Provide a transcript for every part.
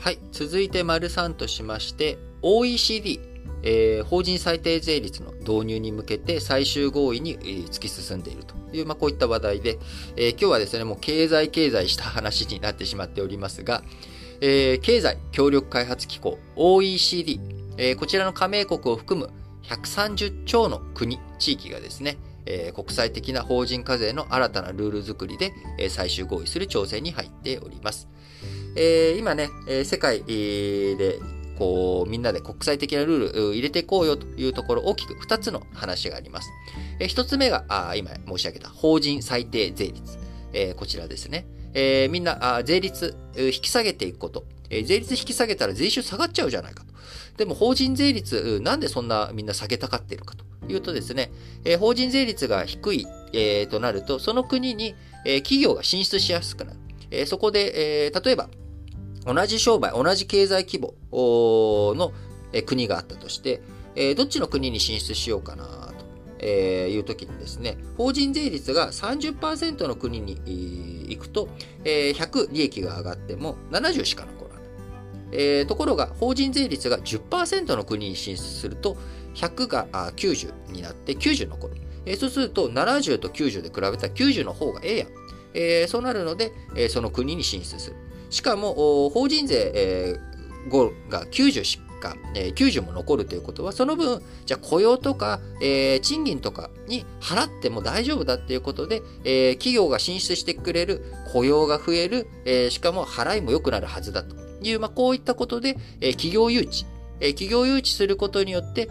はい。続いて、丸3としまして、OECD、法人最低税率の導入に向けて最終合意に突き進んでいるという、こういった話題で、今日はですね、もう経済した話になってしまっておりますが、経済協力開発機構 OECD、こちらの加盟国を含む130兆の国、地域がですね、国際的な法人課税の新たなルール作りで、最終合意する調整に入っております。今ね、世界でこうみんなで国際的なルール入れていこうよというところ、大きく2つの話があります。1つ目が今申し上げた法人最低税率、こちらですね。みんな税率引き下げていくこと、税率引き下げたら税収下がっちゃうじゃないかと。でも法人税率なんでそんなみんな下げたかっているかというとですね、法人税率が低い、となるとその国に、企業が進出しやすくなる。そこで、例えば同じ商売、同じ経済規模の国があったとして、どっちの国に進出しようかなという時にですね、法人税率が 30% の国に行くと、100利益が上がっても70しか残らない。ところが、法人税率が 10% の国に進出すると、100が90になって90残る。そうすると、70と90で比べたら90の方がええやん。そうなるので、その国に進出する。しかも、法人税、が90しか、90も残るということは、その分、じゃあ雇用とか、賃金とかに払っても大丈夫だっていうことで、企業が進出してくれる、雇用が増える、しかも払いも良くなるはずだという、こういったことで、企業誘致することによって、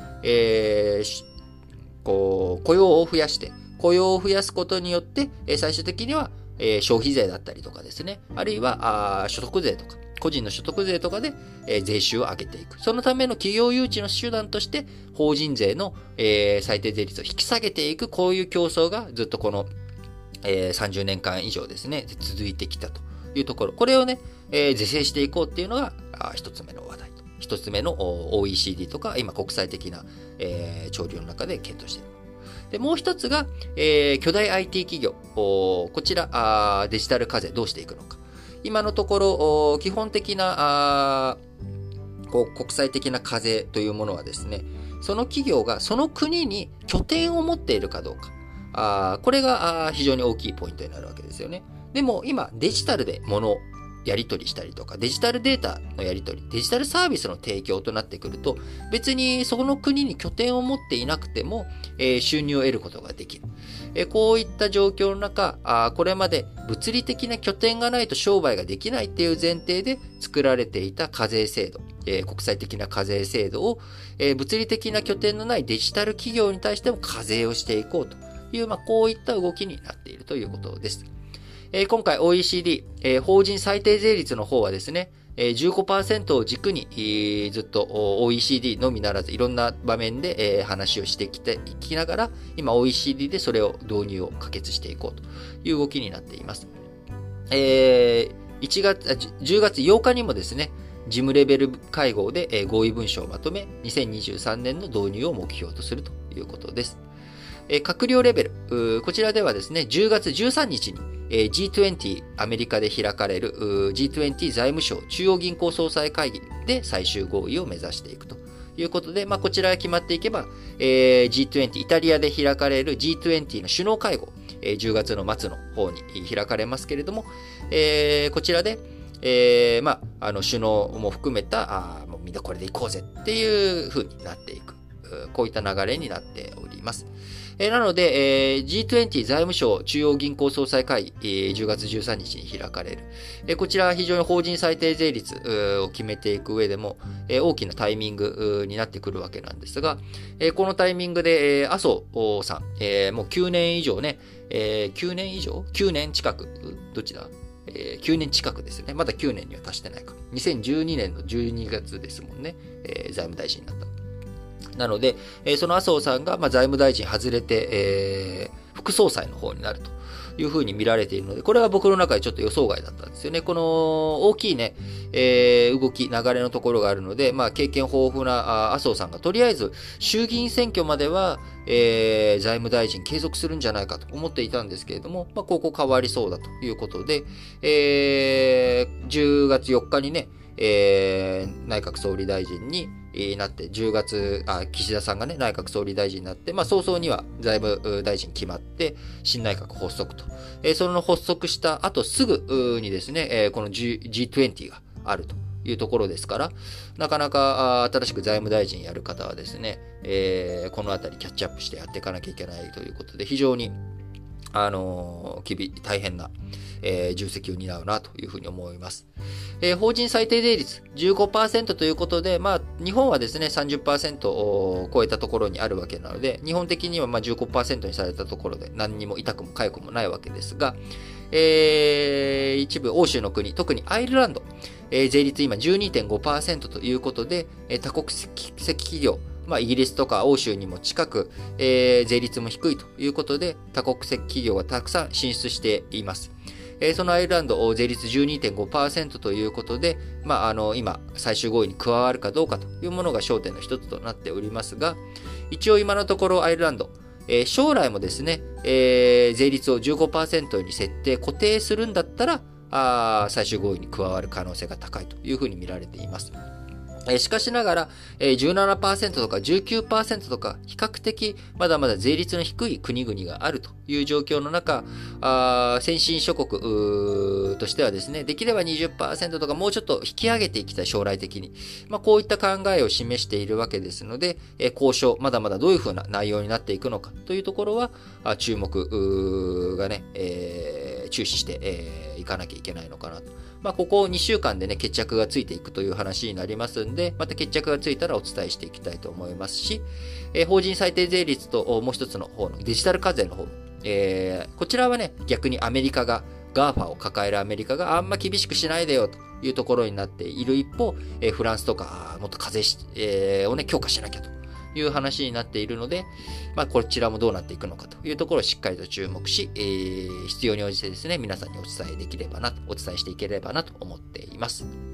雇用を増やして、雇用を増やすことによって、最終的には、消費税だったりとかですね、あるいは所得税とか、個人の所得税とかで、税収を上げていく。そのための企業誘致の手段として、法人税の、最低税率を引き下げていく、こういう競争がずっとこの、30年間以上ですね、続いてきたというところ。これをね、是正していこうっていうのが、一つ目の話題と。一つ目の OECD とか、今国際的な、潮流の中で検討している。で、もう一つが、巨大 IT 企業。こちら、デジタル課税どうしていくのか。今のところ、基本的な、国際的な課税というものはですね、その企業がその国に拠点を持っているかどうか。これが非常に大きいポイントになるわけですよね。でも今、デジタルで物をやり取りしたりとか、デジタルデータのやり取り、デジタルサービスの提供となってくると、別にその国に拠点を持っていなくても、収入を得ることができる。こういった状況の中、これまで物理的な拠点がないと商売ができないっていう前提で作られていた課税制度、国際的な課税制度を、物理的な拠点のないデジタル企業に対しても課税をしていこうという、こういった動きになっているということです。今回 OECD、法人最低税率の方はですね、15% を軸に、ずっと OECD のみならずいろんな場面で、話をしていきながら、今 OECD でそれを導入を可決していこうという動きになっています。10月8日にもですね、事務レベル会合で合意文書をまとめ、2023年の導入を目標とするということです。閣僚レベル、こちらではですね、10月13日にG20 アメリカで開かれる G20 財務省中央銀行総裁会議で最終合意を目指していくということで、こちらが決まっていけば、G20 イタリアで開かれる G20 の首脳会合、10月の末の方に開かれますけれども、こちらで、首脳も含めたもうみんなこれで行こうぜっていう風になっていく、こういった流れになっております。なので、G20 財務省中央銀行総裁会議、10月13日に開かれる。こちらは非常に法人最低税率を決めていく上でも、大きなタイミングになってくるわけなんですが、このタイミングで、麻生さん、もう9年以上ね、9年近く、どっちだ9年近くですね。まだ9年には達してないか。2012年の12月ですもんね。財務大臣になった。なので、その麻生さんが、財務大臣外れて、副総裁の方になるというふうに見られているので、これは僕の中でちょっと予想外だったんですよね。この大きいね、動き、流れのところがあるので、経験豊富な麻生さんがとりあえず衆議院選挙までは、財務大臣継続するんじゃないかと思っていたんですけれども、ここ変わりそうだということで、10月4日にね、 内閣総理大臣になって、岸田さんがね、内閣総理大臣になって、早々には財務大臣決まって、新内閣発足と。その発足した後すぐにですね、この G20 があるというところですから、なかなか新しく財務大臣やる方はですね、このあたりキャッチアップしてやっていかなきゃいけないということで、非常に、大変な、重責を担うなというふうに思います。法人最低税率 15% ということで、日本はですね、30% を超えたところにあるわけなので、日本的には15% にされたところで何にも痛くも痒くもないわけですが、一部欧州の国、特にアイルランド、税率今 12.5% ということで、多国籍企業、イギリスとか欧州にも近く、税率も低いということで、多国籍企業がたくさん進出しています。そのアイルランド、税率 12.5% ということで、今、最終合意に加わるかどうかというものが焦点の一つとなっておりますが、一応今のところアイルランド、将来もですね、税率を 15% に設定、固定するんだったら、最終合意に加わる可能性が高いというふうに見られています。しかしながら、17% とか 19% とか、比較的まだまだ税率の低い国々があるという状況の中、先進諸国としてはですね、できれば 20% とかもうちょっと引き上げていきたい、将来的に。こういった考えを示しているわけですので、交渉、まだまだどういうふうな内容になっていくのかというところは、注目がね、注視していかなきゃいけないのかなと。ここ2週間でね、決着がついていくという話になりますんで、また決着がついたらお伝えしていきたいと思いますし、法人最低税率ともう一つの方のデジタル課税の方も、こちらはね、逆にアメリカが、GAFA を抱えるアメリカがあんま厳しくしないでよというところになっている一方、フランスとかもっと課税をね、強化しなきゃという話になっているので、こちらもどうなっていくのかというところをしっかりと注目し、必要に応じてですね、皆さんにお伝えしていければなと思っています。